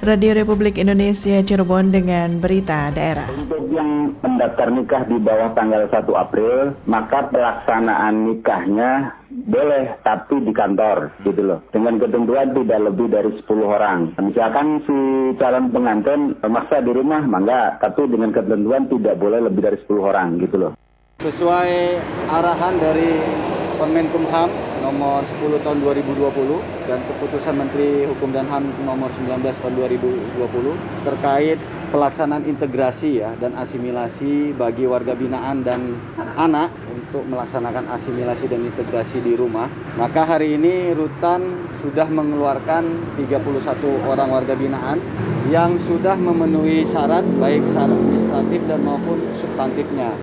Radio Republik Indonesia Cirebon dengan berita daerah. Untuk yang mendaftar nikah di bawah tanggal 1 April, maka pelaksanaan nikahnya boleh tapi di kantor gitu loh. Dengan ketentuan tidak lebih dari 10 orang. Misalkan si calon pengantin memaksa di rumah, mangga, tapi dengan ketentuan tidak boleh lebih dari 10 orang gitu loh. Sesuai arahan dari Permenkumham nomor 10 tahun 2020 dan keputusan Menteri Hukum dan HAM nomor 19 tahun 2020 terkait pelaksanaan integrasi dan asimilasi bagi warga binaan dan anak untuk melaksanakan asimilasi dan integrasi di rumah. Maka hari ini Rutan sudah mengeluarkan 31 orang warga binaan yang sudah memenuhi syarat baik syarat administratif dan maupun substantifnya.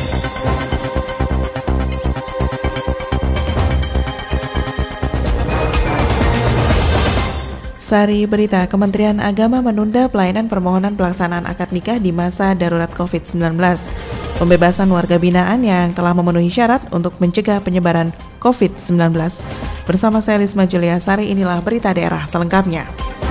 Sari berita, Kementerian Agama menunda pelayanan permohonan pelaksanaan akad nikah di masa darurat COVID-19. Pembebasan warga binaan yang telah memenuhi syarat untuk mencegah penyebaran COVID-19. Bersama saya Lisma Julia Sari, inilah berita daerah selengkapnya.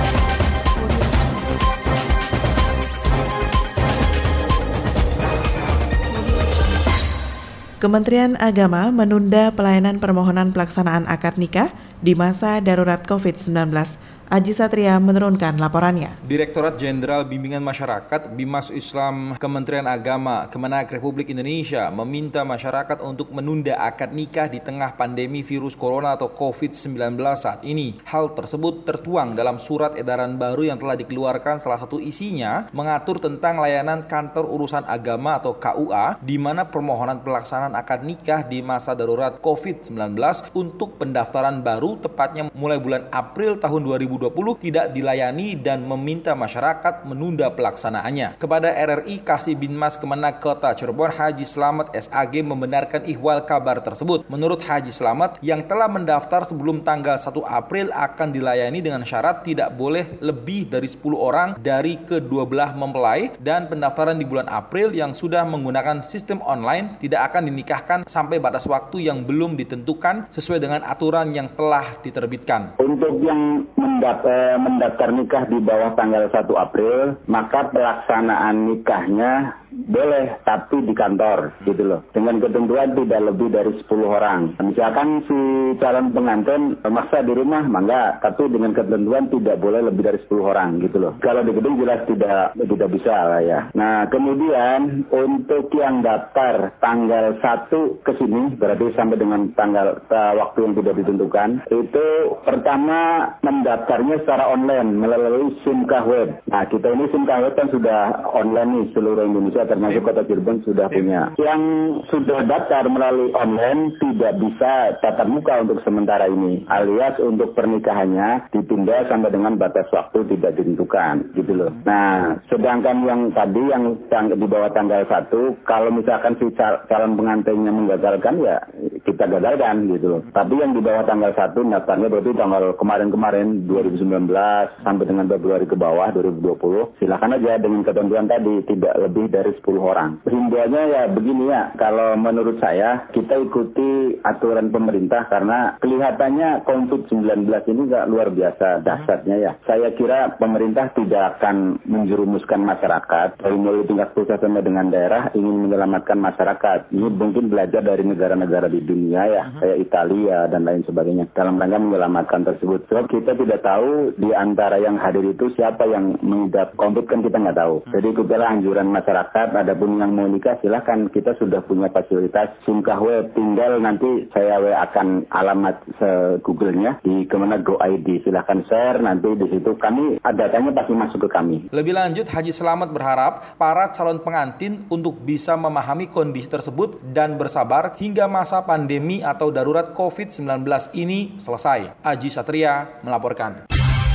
Kementerian Agama menunda pelayanan permohonan pelaksanaan akad nikah di masa darurat COVID-19. Aji Satria menurunkan laporannya. Direktorat Jenderal Bimbingan Masyarakat Bimas Islam Kementerian Agama Kemenak Republik Indonesia meminta masyarakat untuk menunda akad nikah di tengah pandemi virus corona atau COVID-19 saat ini. Hal tersebut tertuang dalam surat edaran baru yang telah dikeluarkan, salah satu isinya mengatur tentang layanan kantor urusan agama atau KUA, di mana permohonan pelaksanaan akad nikah di masa darurat COVID-19 untuk pendaftaran baru tepatnya mulai bulan April tahun 2020 tidak dilayani dan meminta masyarakat menunda pelaksanaannya. Kepada RRI, Kasih Binmas Kemenak Kota Cirebon Haji Slamet SAG membenarkan ihwal kabar tersebut. Menurut Haji Slamet, yang telah mendaftar sebelum tanggal 1 April akan dilayani dengan syarat tidak boleh lebih dari 10 orang dari kedua belah mempelai, dan pendaftaran di bulan April yang sudah menggunakan sistem online tidak akan dinikahkan sampai batas waktu yang belum ditentukan sesuai dengan aturan yang telah diterbitkan. Untuk yang mendaftar nikah di bawah tanggal 1 April, maka pelaksanaan nikahnya boleh tapi di kantor gitu loh. Dengan ketentuan tidak lebih dari 10 orang. Misalkan si calon pengantin memaksa di rumah, mangga, tapi dengan ketentuan tidak boleh lebih dari 10 orang gitu loh. Kalau di gedung jelas tidak bisa lah ya. Nah, kemudian untuk yang daftar tanggal 1 ke sini, berarti sampai dengan tanggal waktu yang tidak ditentukan, itu pertama mendaftarnya secara online melalui SIMKah Web. Nah, kita ini SIMKah Web kan sudah online nih, seluruh Indonesia termasuk Kota Cirebon sudah punya. Yang sudah daftar melalui online tidak bisa tatap muka untuk sementara ini, alias untuk pernikahannya ditunda sampai dengan batas waktu tidak ditentukan gitu loh. Nah, sedangkan yang tadi yang di bawah tanggal 1, kalau misalkan si calon pengantinnya menggagalkan ya kita gagalkan gitu loh. Tapi yang di bawah tanggal 1 daftarnya berarti tanggal kemarin 2019 sampai dengan Februari ke bawah 2020, silakan aja dengan ketentuan tadi tidak lebih dari 10 orang. Himbauannya ya begini ya, kalau menurut saya kita ikuti aturan pemerintah karena kelihatannya COVID-19 ini nggak luar biasa dahsyatnya ya. Saya kira pemerintah tidak akan menjerumuskan masyarakat dari mulai tingkat pusat sampai dengan daerah ingin menyelamatkan masyarakat. Ini mungkin belajar dari negara-negara di dunia ya, kayak Italia dan lain sebagainya dalam rangka menyelamatkan tersebut. Sebab kita tidak tahu di antara yang hadir itu siapa yang mengidap COVID kan kita nggak tahu. Jadi ikutilah anjuran masyarakat. Adapun yang mau nikah silahkan, kita sudah punya fasilitas SIMKah Web. Tinggal nanti saya akan alamat Google-nya di Kemenak Go ID. Silahkan share, nanti di situ kami datanya pasti masuk ke kami. Lebih lanjut, Haji Slamet berharap para calon pengantin untuk bisa memahami kondisi tersebut dan bersabar hingga masa pandemi atau darurat COVID-19 ini selesai. Aji Satria melaporkan.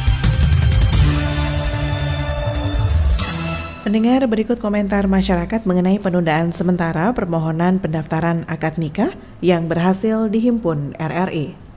Pendengar, berikut komentar masyarakat mengenai penundaan sementara permohonan pendaftaran akad nikah yang berhasil dihimpun RRI.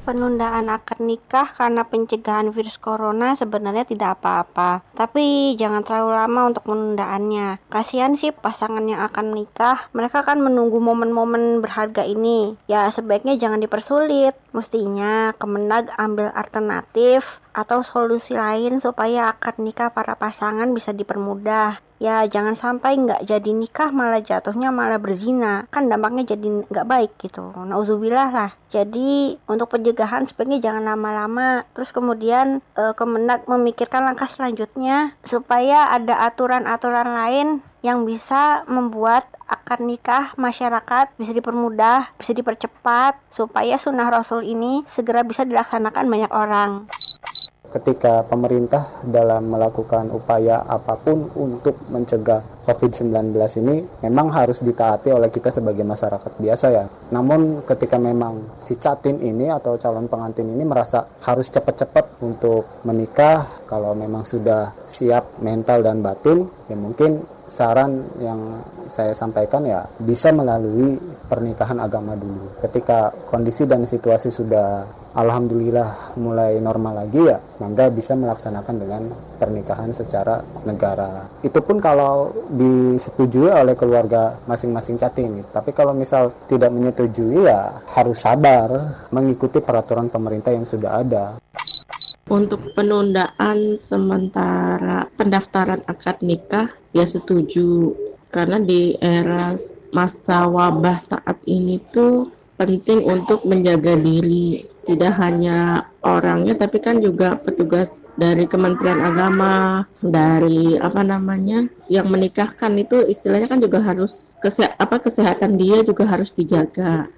Penundaan akad nikah karena pencegahan virus corona sebenarnya tidak apa-apa. Tapi jangan terlalu lama untuk penundaannya. Kasihan sih pasangan yang akan menikah. Mereka kan menunggu momen-momen berharga ini. Ya sebaiknya jangan dipersulit. Mestinya Kemenag ambil alternatif atau solusi lain supaya akad nikah para pasangan bisa dipermudah. Ya jangan sampai nggak jadi nikah malah jatuhnya malah berzina. Kan dampaknya jadi nggak baik gitu. Nauzubillah lah. Jadi untuk pencegahan sebaiknya jangan lama-lama. Terus kemudian Kemenag memikirkan langkah selanjutnya supaya ada aturan-aturan lain yang bisa membuat akad nikah masyarakat bisa dipermudah, bisa dipercepat supaya sunnah Rasul ini segera bisa dilaksanakan banyak orang. Ketika pemerintah dalam melakukan upaya apapun untuk mencegah COVID-19 ini memang harus ditaati oleh kita sebagai masyarakat biasa ya. Namun ketika memang si catin ini atau calon pengantin ini merasa harus cepat-cepat untuk menikah, kalau memang sudah siap mental dan batin, ya mungkin saran yang saya sampaikan ya bisa melalui pernikahan agama dulu. Ketika kondisi dan situasi sudah alhamdulillah mulai normal lagi ya, maka bisa melaksanakan dengan pernikahan secara negara. Itu pun kalau disetujui oleh keluarga masing-masing catin. Tapi kalau misal tidak menyetujui ya harus sabar mengikuti peraturan pemerintah yang sudah ada. Untuk penundaan sementara pendaftaran akad nikah, ya setuju. Karena di era masa wabah saat ini tuh penting untuk menjaga diri. Tidak hanya orangnya, tapi kan juga petugas dari Kementerian Agama, dari yang menikahkan itu istilahnya kan juga harus kesehatan dia juga harus dijaga.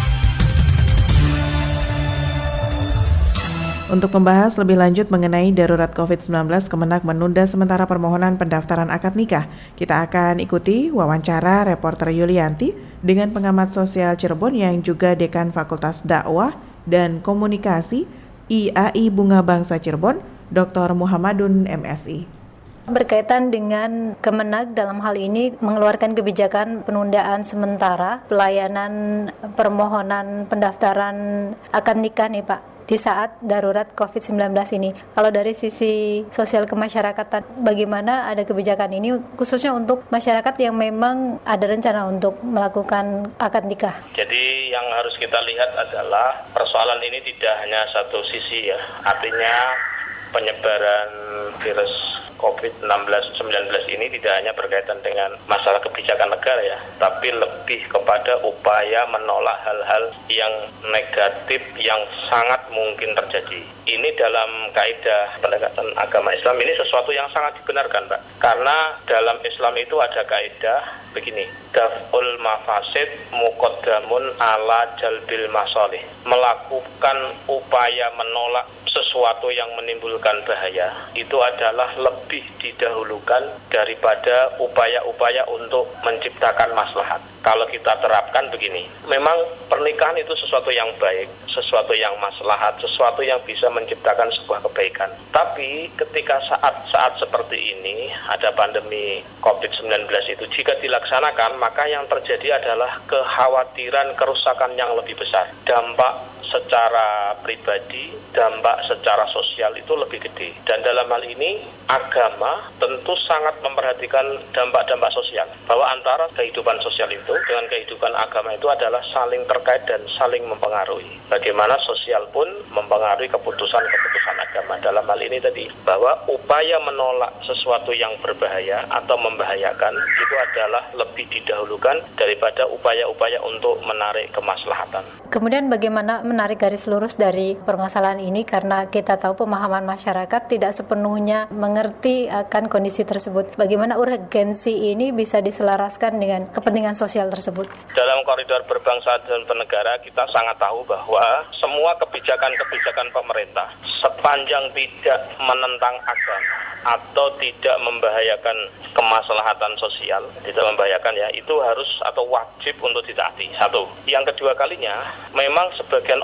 Untuk membahas lebih lanjut mengenai darurat COVID-19, Kemenag menunda sementara permohonan pendaftaran akad nikah. Kita akan ikuti wawancara reporter Yulianti dengan pengamat sosial Cirebon yang juga Dekan Fakultas Dakwah dan Komunikasi IAI Bunga Bangsa Cirebon, Dr. Muhammadun MSI. Berkaitan dengan Kemenag dalam hal ini mengeluarkan kebijakan penundaan sementara pelayanan permohonan pendaftaran akad nikah nih Pak, di saat darurat COVID-19 ini. Kalau dari sisi sosial kemasyarakatan, bagaimana ada kebijakan ini khususnya untuk masyarakat yang memang ada rencana untuk melakukan akad nikah? Jadi yang harus kita lihat adalah persoalan ini tidak hanya satu sisi ya. Artinya penyebaran virus COVID-19 ini tidak hanya berkaitan dengan masalah kebijakan negara ya, tapi lebih kepada upaya menolak hal-hal yang negatif yang sangat mungkin terjadi. Ini dalam kaidah pendekatan agama Islam ini sesuatu yang sangat dibenarkan, Pak. Karena dalam Islam itu ada kaidah begini, daf'ul mafasid muqaddamun ala jalbil masalih. Melakukan upaya menolak sesuatu yang menimbulkan bahaya itu adalah lebih didahulukan daripada upaya-upaya untuk menciptakan maslahat. Kalau kita terapkan begini, memang pernikahan itu sesuatu yang baik, sesuatu yang maslahat, sesuatu yang bisa menciptakan sebuah kebaikan. Tapi ketika saat-saat seperti ini, ada pandemi COVID-19 itu, jika dilaksanakan, maka yang terjadi adalah kekhawatiran kerusakan yang lebih besar. Dampak secara pribadi, dampak secara sosial itu lebih gede. Dan dalam hal ini, agama tentu sangat memperhatikan dampak-dampak sosial. Bahwa antara kehidupan sosial itu dengan kehidupan agama itu adalah saling terkait dan saling mempengaruhi. Bagaimana sosial pun mempengaruhi keputusan-keputusan agama. Dalam hal ini tadi, bahwa upaya menolak sesuatu yang berbahaya atau membahayakan itu adalah lebih didahulukan daripada upaya-upaya untuk menarik kemaslahatan. Kemudian bagaimana menarik garis lurus dari permasalahan ini, karena kita tahu pemahaman masyarakat tidak sepenuhnya mengerti akan kondisi tersebut. Bagaimana urgensi ini bisa diselaraskan dengan kepentingan sosial tersebut? Dalam koridor berbangsa dan bernegara, kita sangat tahu bahwa semua kebijakan-kebijakan pemerintah sepanjang tidak menentang agama atau tidak membahayakan kemaslahatan sosial, tidak membahayakan ya, itu harus atau wajib untuk ditaati. Satu. Yang kedua kalinya, memang sebagian orang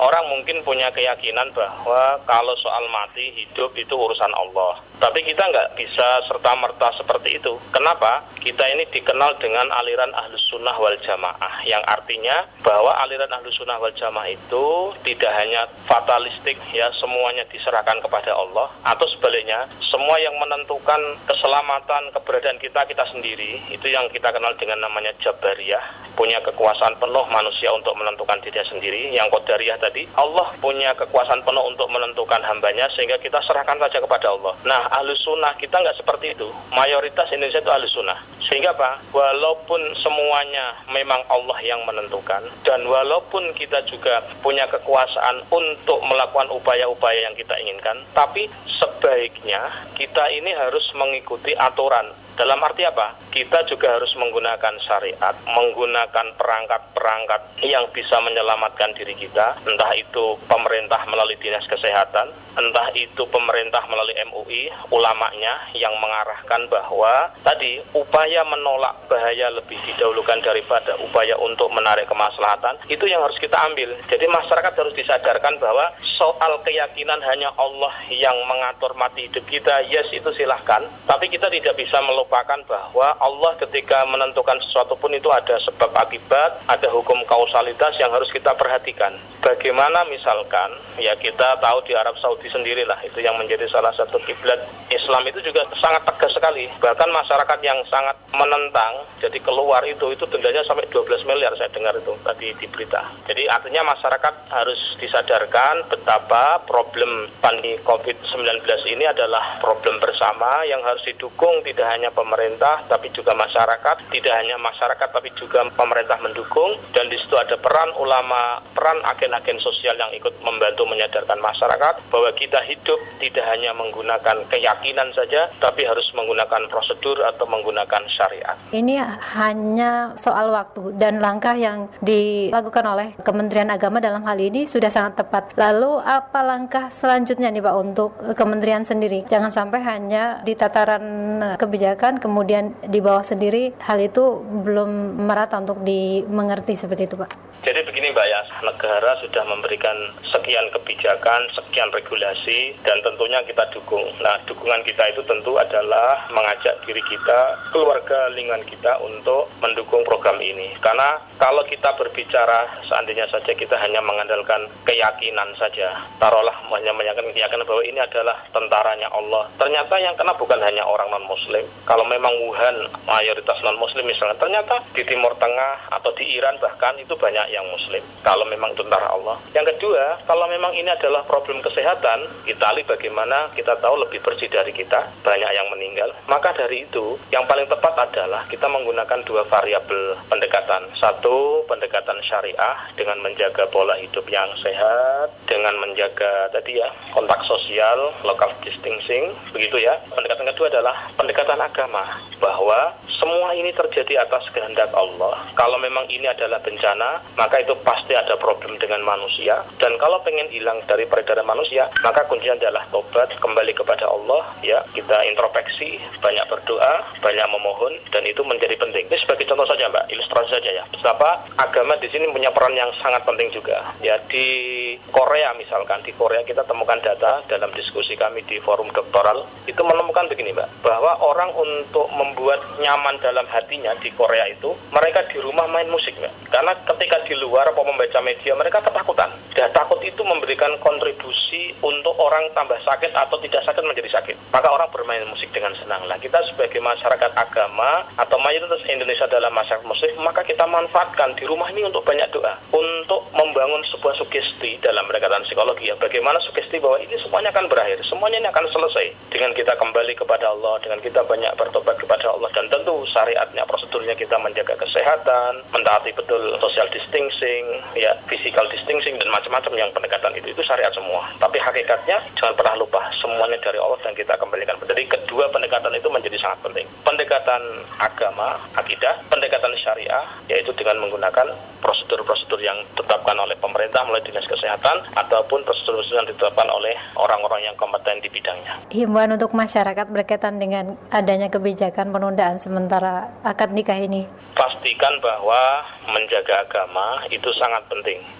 Orang mungkin punya keyakinan bahwa kalau soal mati, hidup itu urusan Allah. Tapi kita nggak bisa serta-merta seperti itu. Kenapa? Kita ini dikenal dengan aliran Ahlus Sunnah wal Jamaah, yang artinya bahwa aliran Ahlus Sunnah wal Jamaah itu tidak hanya fatalistik, ya semuanya diserahkan kepada Allah, atau sebaliknya, semua yang menentukan keselamatan, keberadaan kita sendiri, itu yang kita kenal dengan namanya Jabariyah, punya kekuasaan penuh manusia untuk menentukan dirinya sendiri. Yang Qadariyah tadi, Allah punya kekuasaan penuh untuk menentukan hambanya, sehingga kita serahkan saja kepada Allah. Nah, Ahlus Sunnah kita nggak seperti itu. Mayoritas Indonesia itu Ahlus Sunnah. Sehingga apa? Walaupun semuanya memang Allah yang menentukan, dan walaupun kita juga punya kekuasaan untuk melakukan upaya-upaya yang kita inginkan, tapi sebaiknya kita ini harus mengikuti aturan. Dalam arti apa? Kita juga harus menggunakan syariat, menggunakan perangkat-perangkat yang bisa menyelamatkan diri kita, entah itu pemerintah melalui Dinas Kesehatan, entah itu pemerintah melalui MUI, ulamanya yang mengarahkan bahwa tadi upaya menolak bahaya lebih didahulukan daripada upaya untuk menarik kemaslahatan, itu yang harus kita ambil. Jadi masyarakat harus disadarkan bahwa soal keyakinan hanya Allah yang mengatur mati hidup kita, yes itu silahkan, tapi kita tidak bisa melupakan bahwa Allah ketika menentukan sesuatu pun itu ada sebab akibat, ada hukum kausalitas yang harus kita perhatikan. Bagaimana misalkan, ya kita tahu di Arab Saudi sendirilah, itu yang menjadi salah satu kiblat Islam, itu juga sangat tegas sekali. Bahkan masyarakat yang sangat menentang, jadi keluar itu dendanya sampai 12 miliar saya dengar itu tadi di berita. Jadi artinya masyarakat harus disadarkan betapa problem pandemi COVID-19 ini adalah problem bersama yang harus didukung, tidak hanya pemerintah tapi juga masyarakat, tidak hanya masyarakat tapi juga pemerintah mendukung, dan di situ ada peran ulama, peran agen-agen sosial yang ikut membantu menyadarkan masyarakat bahwa kita hidup tidak hanya menggunakan keyakinan saja, tapi harus menggunakan prosedur atau menggunakan syariat. Ini hanya soal waktu, dan langkah yang dilakukan oleh Kementerian Agama dalam hal ini sudah sangat tepat. Lalu apa langkah selanjutnya nih Pak untuk Kementerian sendiri? Jangan sampai hanya di tataran kebijakan kemudian di bawah sendiri hal itu belum merata untuk dimengerti seperti itu Pak. Jadi begini Mbak ya, negara sudah memberikan sekian kebijakan, sekian regulasi, dan tentunya kita dukung. Nah, dukungan kita itu tentu adalah mengajak diri kita, keluarga, lingkungan kita untuk mendukung program ini. Karena kalau kita berbicara, seandainya saja kita hanya mengandalkan keyakinan saja, taruhlah hanya menyatakan keyakinan bahwa ini adalah tentaranya Allah. Ternyata yang kena bukan hanya orang non-Muslim. Kalau memang Wuhan mayoritas non-Muslim misalnya, ternyata di Timur Tengah atau di Iran bahkan itu banyak yang Muslim, kalau memang tentara Allah. Yang kedua, kalau memang ini adalah problem kesehatan, Itali bagaimana kita tahu lebih bersih dari kita, banyak yang meninggal. Maka dari itu, yang paling tepat adalah kita menggunakan dua variabel pendekatan. Satu, pendekatan syariah dengan menjaga pola hidup yang sehat, dengan menjaga tadi ya, kontak sosial, local distancing, begitu ya. Pendekatan kedua adalah pendekatan agama, bahwa semua ini terjadi atas kehendak Allah. Kalau memang ini adalah bencana, maka itu pasti ada problem dengan manusia. Dan kalau pengen hilang dari peredaran manusia, maka kuncinya adalah tobat, kembali kepada Allah. Ya, kita introspeksi, banyak berdoa, banyak memohon, dan itu menjadi penting. Ini sebagai contoh saja Mbak, ilustrasi saja ya. Betapa agama di sini punya peran yang sangat penting juga. Ya, di Korea misalkan, di Korea kita temukan data dalam diskusi kami di forum doktoral, itu menemukan begini Mbak, bahwa orang untuk membuat nyaman dalam hatinya di Korea itu, mereka di rumah main musik Mbak. Karena ketika di luar atau membaca media, mereka ketakutan. Dan takut itu memberikan kontribusi untuk orang tambah sakit atau tidak sakit menjadi sakit. Maka orang bermain musik dengan senang. Lah kita sebagai masyarakat agama atau mayoritas Indonesia dalam masyarakat muslim, maka kita manfaatkan di rumah ini untuk banyak doa, untuk membangun sebuah sugesti dalam pendekatan psikologi ya. Bagaimana sugesti bahwa ini semuanya akan berakhir, semuanya ini akan selesai dengan kita kembali kepada Allah, dengan kita banyak bertobat kepada Allah, dan tentu syariatnya, prosedurnya kita menjaga kesehatan, mentaati betul social distancing, ya, physical distancing, dan macam-macam yang pendekatan itu syariat semua. Tapi hakikatnya jangan pernah lupa, semuanya dari Allah dan kita kembalikan. Jadi kedua pendekatan itu menjadi sangat penting. Pendekatan agama, akidah, pendekatan syariah, yaitu dengan menggunakan prosedur-prosedur yang ditetapkan oleh pemerintah melalui Dinas Kesehatan, ataupun prosedur-prosedur yang ditetapkan oleh orang-orang yang kompeten di bidangnya. Himbauan untuk masyarakat berkaitan dengan adanya kebijakan penundaan sementara akad nikah ini. Pastikan bahwa menjaga agama itu sangat penting.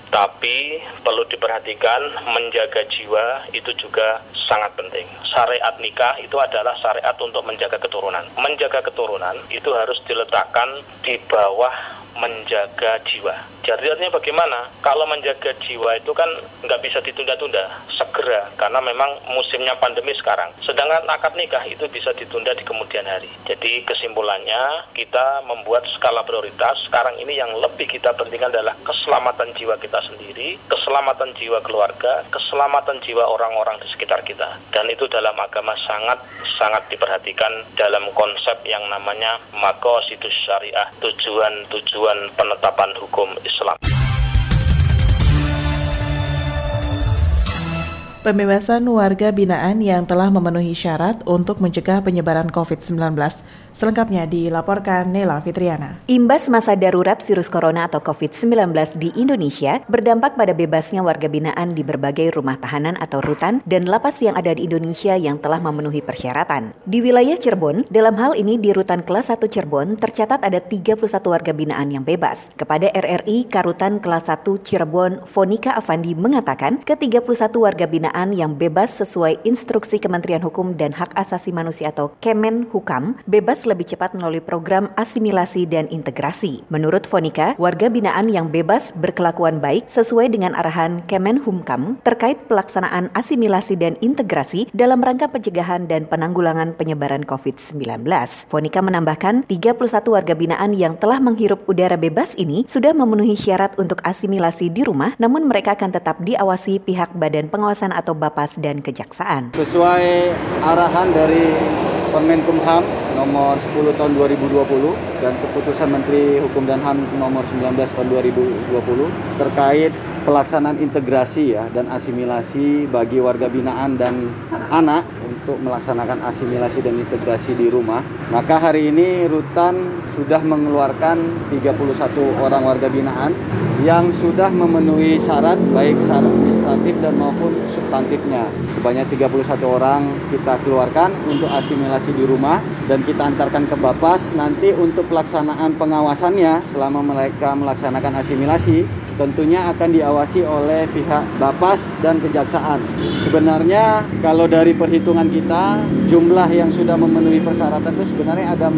Tapi perlu diperhatikan menjaga jiwa itu juga sangat penting. Syariat nikah itu adalah syariat untuk menjaga keturunan. Menjaga keturunan itu harus diletakkan di bawah menjaga jiwa. Jadi artinya bagaimana? Kalau menjaga jiwa itu kan nggak bisa ditunda-tunda, segera, karena memang musimnya pandemi sekarang. Sedangkan akad nikah itu bisa ditunda di kemudian hari. Jadi kesimpulannya kita membuat skala prioritas. Sekarang ini yang lebih kita pentingkan adalah keselamatan jiwa kita sendiri, keselamatan jiwa keluarga, keselamatan jiwa orang-orang di sekitar kita. Dan itu dalam agama sangat diperhatikan dalam konsep yang namanya maqasidus syariah, tujuan penetapan hukum Islam. Pembebasan warga binaan yang telah memenuhi syarat untuk mencegah penyebaran COVID-19. Selengkapnya dilaporkan Nela Fitriana. Imbas masa darurat virus corona atau COVID-19 di Indonesia berdampak pada bebasnya warga binaan di berbagai rumah tahanan atau rutan dan lapas yang ada di Indonesia yang telah memenuhi persyaratan. Di wilayah Cirebon, dalam hal ini di Rutan Kelas 1 Cirebon tercatat ada 31 warga binaan yang bebas. Kepada RRI, Karutan Kelas 1 Cirebon, Fonika Afandi mengatakan ke-31 warga binaan yang bebas sesuai instruksi Kementerian Hukum dan Hak Asasi Manusia atau Kemenhukam bebas lebih cepat melalui program asimilasi dan integrasi. Menurut Fonika, warga binaan yang bebas berkelakuan baik sesuai dengan arahan Kemenhukam terkait pelaksanaan asimilasi dan integrasi dalam rangka pencegahan dan penanggulangan penyebaran COVID-19. Fonika menambahkan, 31 warga binaan yang telah menghirup udara bebas ini sudah memenuhi syarat untuk asimilasi di rumah, namun mereka akan tetap diawasi pihak Badan Pengawasan atau Bapas dan Kejaksaan. Sesuai arahan dari Permenkumham nomor 10 tahun 2020 dan keputusan Menteri Hukum dan HAM nomor 19 tahun 2020 terkait pelaksanaan integrasi dan asimilasi bagi warga binaan dan anak untuk melaksanakan asimilasi dan integrasi di rumah. Maka hari ini Rutan sudah mengeluarkan 31 orang warga binaan yang sudah memenuhi syarat baik syarat administratif dan maupun substantifnya. Sebanyak 31 orang kita keluarkan untuk asimilasi di rumah dan kita antarkan ke Bapas. Nanti untuk pelaksanaan pengawasannya selama mereka melaksanakan asimilasi tentunya akan diawasi oleh pihak Bapas dan Kejaksaan. Sebenarnya kalau dari perhitungan kita jumlah yang sudah memenuhi persyaratan itu sebenarnya ada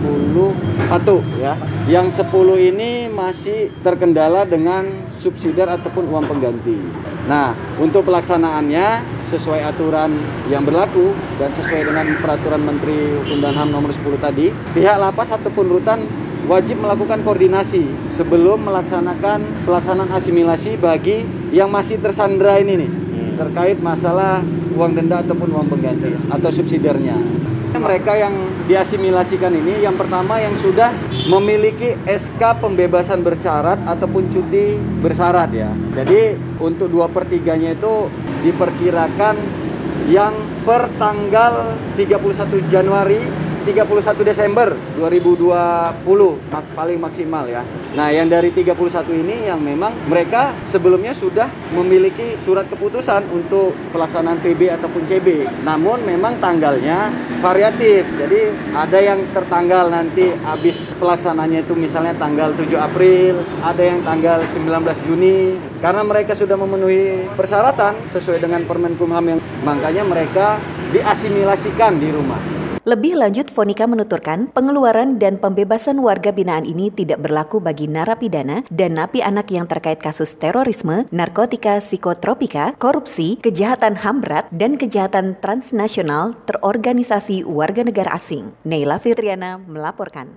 41 ya. Yang 10 ini masih terkendala dengan subsidiar ataupun uang pengganti. Nah, untuk pelaksanaannya sesuai aturan yang berlaku dan sesuai dengan peraturan Menteri Hukum dan HAM nomor 10 tadi, pihak lapas ataupun rutan wajib melakukan koordinasi sebelum melaksanakan pelaksanaan asimilasi bagi yang masih tersandra ini nih, terkait masalah uang denda ataupun uang pengganti atau subsidiarnya. Mereka yang diasimilasikan ini yang pertama yang sudah memiliki SK pembebasan bersyarat ataupun cuti bersyarat ya. Jadi untuk 2/3-nya itu diperkirakan yang per tanggal 31 Januari 31 Desember 2020 paling maksimal ya. Nah, yang dari 31 ini yang memang mereka sebelumnya sudah memiliki surat keputusan untuk pelaksanaan PB ataupun CB. Namun memang tanggalnya variatif. Jadi ada yang tertanggal nanti habis pelaksananya itu misalnya tanggal 7 April, ada yang tanggal 19 Juni. Karena mereka sudah memenuhi persyaratan sesuai dengan Permenkumham yang makanya mereka diasimilasikan di rumah. Lebih lanjut, Fonika menuturkan pengeluaran dan pembebasan warga binaan ini tidak berlaku bagi narapidana dan napi anak yang terkait kasus terorisme, narkotika, psikotropika, korupsi, kejahatan HAM berat, dan kejahatan transnasional terorganisasi warga negara asing. Nela Fitriana melaporkan.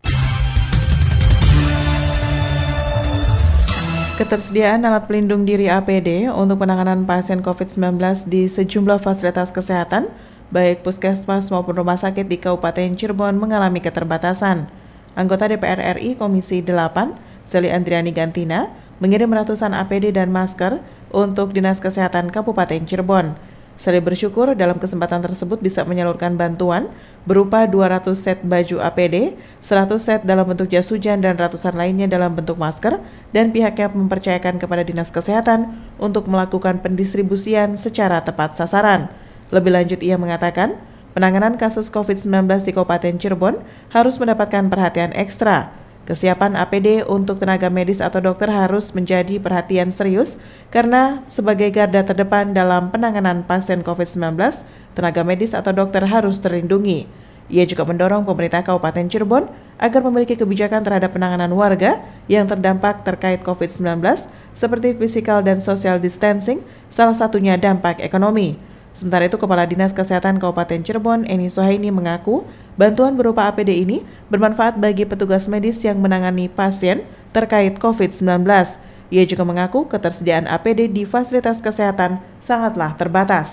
Ketersediaan alat pelindung diri APD untuk penanganan pasien COVID-19 di sejumlah fasilitas kesehatan baik puskesmas maupun rumah sakit di Kabupaten Cirebon mengalami keterbatasan. Anggota DPR RI Komisi 8, Seli Andriani Gantina, mengirim ratusan APD dan masker untuk Dinas Kesehatan Kabupaten Cirebon. Seli bersyukur dalam kesempatan tersebut bisa menyalurkan bantuan berupa 200 set baju APD, 100 set dalam bentuk jas hujan dan ratusan lainnya dalam bentuk masker, dan pihaknya mempercayakan kepada Dinas Kesehatan untuk melakukan pendistribusian secara tepat sasaran. Lebih lanjut ia mengatakan, penanganan kasus COVID-19 di Kabupaten Cirebon harus mendapatkan perhatian ekstra. Kesiapan APD untuk tenaga medis atau dokter harus menjadi perhatian serius karena sebagai garda terdepan dalam penanganan pasien COVID-19, tenaga medis atau dokter harus terlindungi. Ia juga mendorong pemerintah Kabupaten Cirebon agar memiliki kebijakan terhadap penanganan warga yang terdampak terkait COVID-19 seperti physical dan social distancing, salah satunya dampak ekonomi. Sementara itu, Kepala Dinas Kesehatan Kabupaten Cirebon, Eni Sohaini, mengaku bantuan berupa APD ini bermanfaat bagi petugas medis yang menangani pasien terkait COVID-19. Ia juga mengaku ketersediaan APD di fasilitas kesehatan sangatlah terbatas.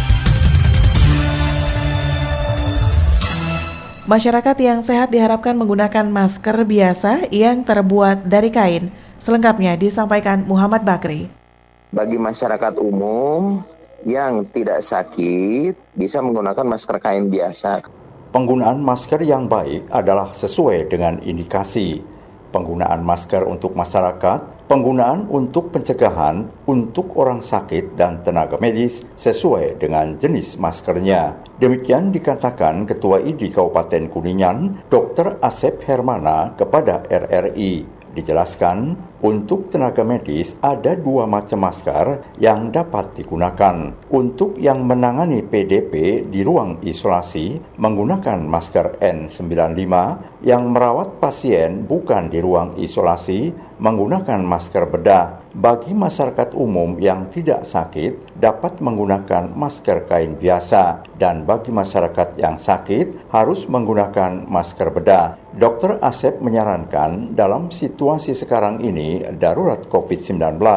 Masyarakat yang sehat diharapkan menggunakan masker biasa yang terbuat dari kain. Selengkapnya disampaikan Muhammad Bakri. Bagi masyarakat umum yang tidak sakit bisa menggunakan masker kain biasa. Penggunaan masker yang baik adalah sesuai dengan indikasi. Penggunaan masker untuk masyarakat, penggunaan untuk pencegahan, untuk orang sakit dan tenaga medis sesuai dengan jenis maskernya. Demikian dikatakan Ketua ID Kabupaten Kuningan, Dr. Asep Hermana kepada RRI. Dijelaskan, untuk tenaga medis ada 2 macam masker yang dapat digunakan. Untuk yang menangani PDP di ruang isolasi menggunakan masker N95, yang merawat pasien bukan di ruang isolasi menggunakan masker bedah. Bagi masyarakat umum yang tidak sakit dapat menggunakan masker kain biasa, dan bagi masyarakat yang sakit harus menggunakan masker bedah. Dr. Asep menyarankan dalam situasi sekarang ini darurat COVID-19,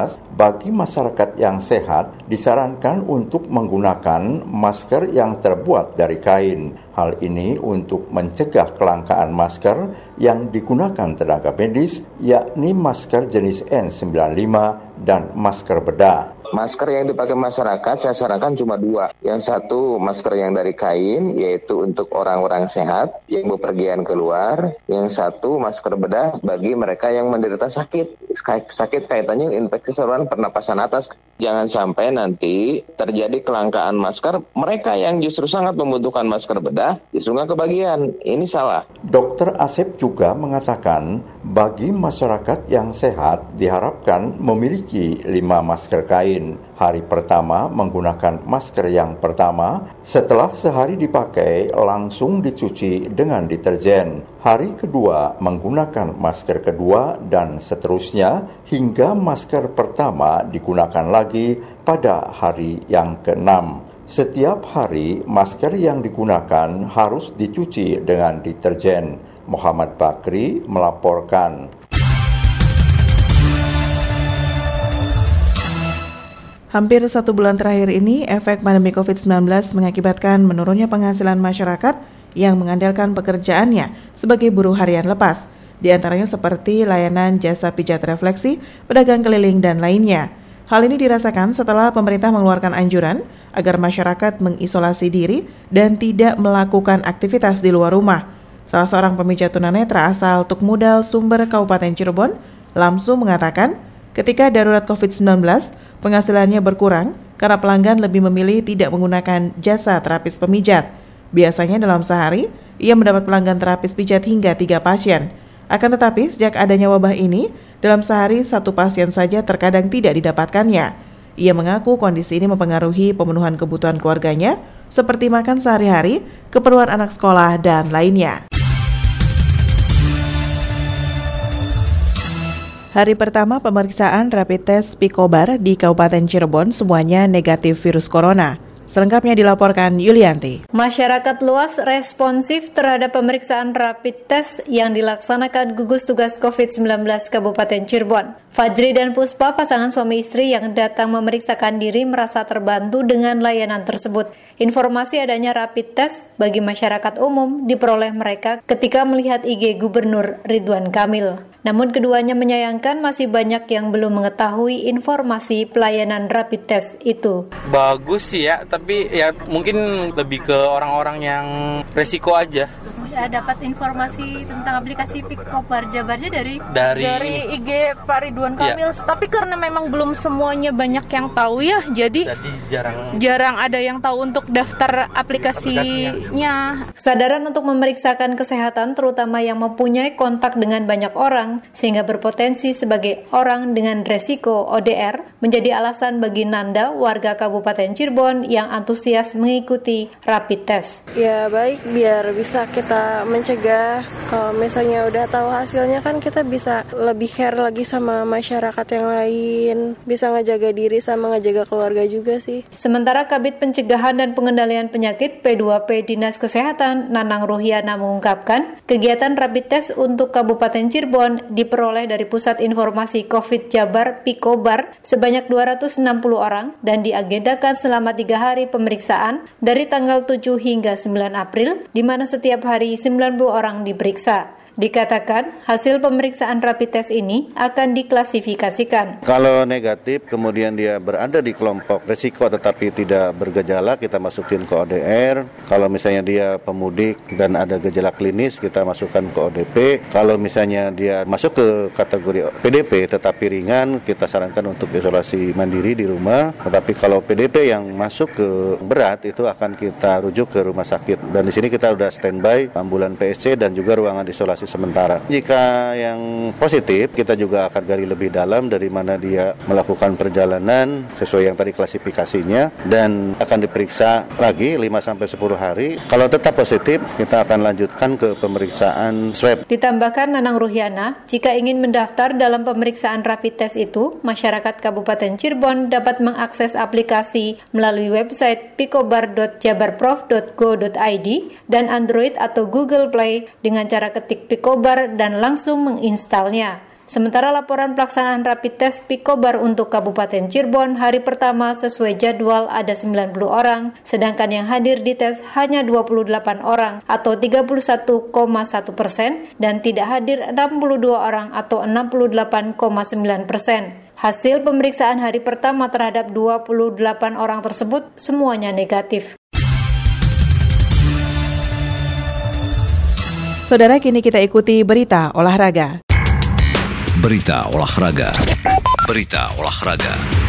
bagi masyarakat yang sehat disarankan untuk menggunakan masker yang terbuat dari kain. Hal ini untuk mencegah kelangkaan masker yang digunakan tenaga medis, yakni masker jenis N95 dan masker bedah. Masker yang dipakai masyarakat saya sarankan cuma 2. Yang satu masker yang dari kain, yaitu untuk orang-orang sehat yang bepergian keluar. Yang satu masker bedah bagi mereka yang menderita sakit. Sakit kaitannya infeksi saluran pernapasan atas. Jangan sampai nanti terjadi kelangkaan masker. Mereka yang justru sangat membutuhkan masker bedah justru nggak kebagian. Ini salah. Dr. Asep juga mengatakan bagi masyarakat yang sehat diharapkan memiliki 5 masker kain. Hari pertama menggunakan masker yang pertama, setelah sehari dipakai langsung dicuci dengan deterjen. Hari kedua menggunakan masker kedua dan seterusnya hingga masker pertama digunakan lagi pada hari yang ke-6. Setiap hari masker yang digunakan harus dicuci dengan deterjen. Muhammad Bakri melaporkan. Hampir 1 bulan terakhir ini, efek pandemi COVID-19 mengakibatkan menurunnya penghasilan masyarakat yang mengandalkan pekerjaannya sebagai buruh harian lepas, di antaranya seperti layanan jasa pijat refleksi, pedagang keliling, dan lainnya. Hal ini dirasakan setelah pemerintah mengeluarkan anjuran agar masyarakat mengisolasi diri dan tidak melakukan aktivitas di luar rumah. Salah seorang pemijat tunanetra asal Tukmudal, Sumber, Kabupaten Cirebon, Lamsu, mengatakan ketika darurat COVID-19, penghasilannya berkurang karena pelanggan lebih memilih tidak menggunakan jasa terapis pemijat. Biasanya dalam sehari, ia mendapat pelanggan terapis pijat hingga 3 pasien. Akan tetapi, sejak adanya wabah ini, dalam sehari 1 pasien saja terkadang tidak didapatkannya. Ia mengaku kondisi ini mempengaruhi pemenuhan kebutuhan keluarganya, seperti makan sehari-hari, keperluan anak sekolah, dan lainnya. Hari pertama pemeriksaan rapid test Pikobar di Kabupaten Cirebon semuanya negatif virus corona. Selengkapnya dilaporkan Yulianti. Masyarakat luas responsif terhadap pemeriksaan rapid test yang dilaksanakan gugus tugas COVID-19 Kabupaten Cirebon. Fajri dan Puspa, pasangan suami istri yang datang memeriksakan diri, merasa terbantu dengan layanan tersebut. Informasi adanya rapid test bagi masyarakat umum diperoleh mereka ketika melihat IG Gubernur Ridwan Kamil. Namun keduanya menyayangkan masih banyak yang belum mengetahui informasi pelayanan rapid test itu. Bagus sih ya, tapi ya mungkin lebih ke orang-orang yang resiko aja. dapat informasi tentang aplikasi Pikobar Jabarnya dari IG Pak Ridwan Kamil. Ya. Tapi karena memang belum semuanya banyak yang tahu ya, jadi jarang ada yang tahu untuk daftar aplikasinya. Kesadaran untuk memeriksakan kesehatan terutama yang mempunyai kontak dengan banyak orang sehingga berpotensi sebagai orang dengan resiko ODR menjadi alasan bagi Nanda, warga Kabupaten Cirebon yang antusias mengikuti rapid test. Ya baik, biar bisa kita mencegah. Kalau misalnya udah tahu hasilnya kan kita bisa lebih care lagi sama masyarakat yang lain, bisa ngejaga diri sama ngejaga keluarga juga sih. Sementara Kabid Pencegahan dan Pengendalian Penyakit P2P Dinas Kesehatan Nanang Ruhiana mengungkapkan, kegiatan rapid test untuk Kabupaten Cirebon diperoleh dari Pusat Informasi COVID Jabar Pikobar sebanyak 260 orang dan diagendakan selama 3 hari pemeriksaan dari tanggal 7 hingga 9 April, di mana setiap hari 90 orang diperiksa. Dikatakan hasil pemeriksaan rapid test ini akan diklasifikasikan. Kalau negatif kemudian dia berada di kelompok risiko tetapi tidak bergejala, kita masukin ke ODR. Kalau misalnya dia pemudik dan ada gejala klinis, kita masukkan ke ODP. Kalau misalnya dia masuk ke kategori PDP tetapi ringan, kita sarankan untuk isolasi mandiri di rumah. Tetapi kalau PDP yang masuk ke berat itu akan kita rujuk ke rumah sakit. Dan di sini kita sudah standby ambulan PSC dan juga ruangan isolasi sementara. Jika yang positif, kita juga akan gali lebih dalam dari mana dia melakukan perjalanan sesuai yang tadi klasifikasinya dan akan diperiksa lagi 5-10 hari. Kalau tetap positif, kita akan lanjutkan ke pemeriksaan swab. Ditambahkan Nanang Ruhiana, jika ingin mendaftar dalam pemeriksaan rapid test itu, masyarakat Kabupaten Cirebon dapat mengakses aplikasi melalui website pikobar.jabarprof.go.id dan Android atau Google Play dengan cara ketik Pikobar dan langsung menginstalnya. Sementara laporan pelaksanaan rapid test Pikobar untuk Kabupaten Cirebon hari pertama sesuai jadwal ada 90 orang, sedangkan yang hadir di tes hanya 28 orang atau 31,1% dan tidak hadir 62 orang atau 68,9%. Hasil pemeriksaan hari pertama terhadap 28 orang tersebut semuanya negatif. Saudara, kini kita ikuti berita olahraga. Berita olahraga. Berita olahraga.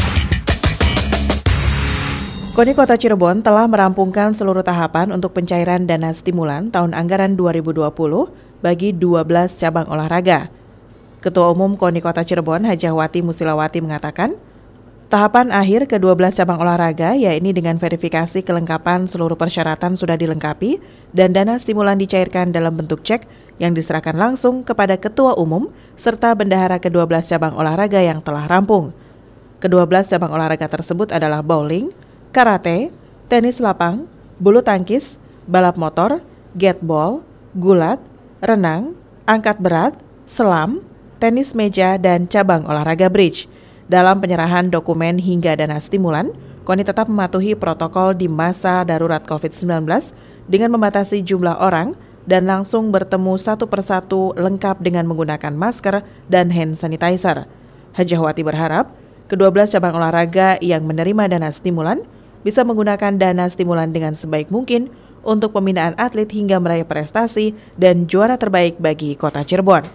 KONI Kota Cirebon telah merampungkan seluruh tahapan untuk pencairan dana stimulan tahun anggaran 2020 bagi 12 cabang olahraga. Ketua Umum KONI Kota Cirebon, Hajahwati Musilawati mengatakan, tahapan akhir ke-12 cabang olahraga, yakni dengan verifikasi kelengkapan seluruh persyaratan sudah dilengkapi dan dana stimulan dicairkan dalam bentuk cek yang diserahkan langsung kepada Ketua Umum serta bendahara ke-12 cabang olahraga yang telah rampung. Ke-12 cabang olahraga tersebut adalah bowling, karate, tenis lapang, bulu tangkis, balap motor, gateball, gulat, renang, angkat berat, selam, tenis meja, dan cabang olahraga bridge. Dalam penyerahan dokumen hingga dana stimulan, KONI tetap mematuhi protokol di masa darurat COVID-19 dengan membatasi jumlah orang dan langsung bertemu satu persatu lengkap dengan menggunakan masker dan hand sanitizer. Hajahwati berharap ke-12 cabang olahraga yang menerima dana stimulan bisa menggunakan dana stimulan dengan sebaik mungkin untuk pembinaan atlet hingga meraih prestasi dan juara terbaik bagi Kota Cirebon.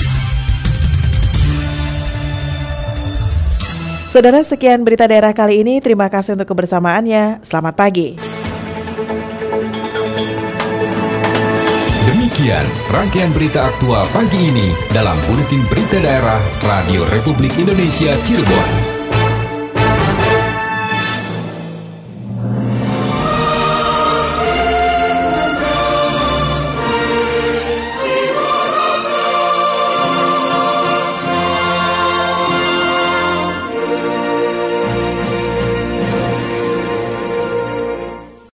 Saudara, sekian berita daerah kali ini. Terima kasih untuk kebersamaannya. Selamat pagi. Demikian rangkaian berita aktual pagi ini dalam Buletin Berita Daerah Radio Republik Indonesia Cirebon.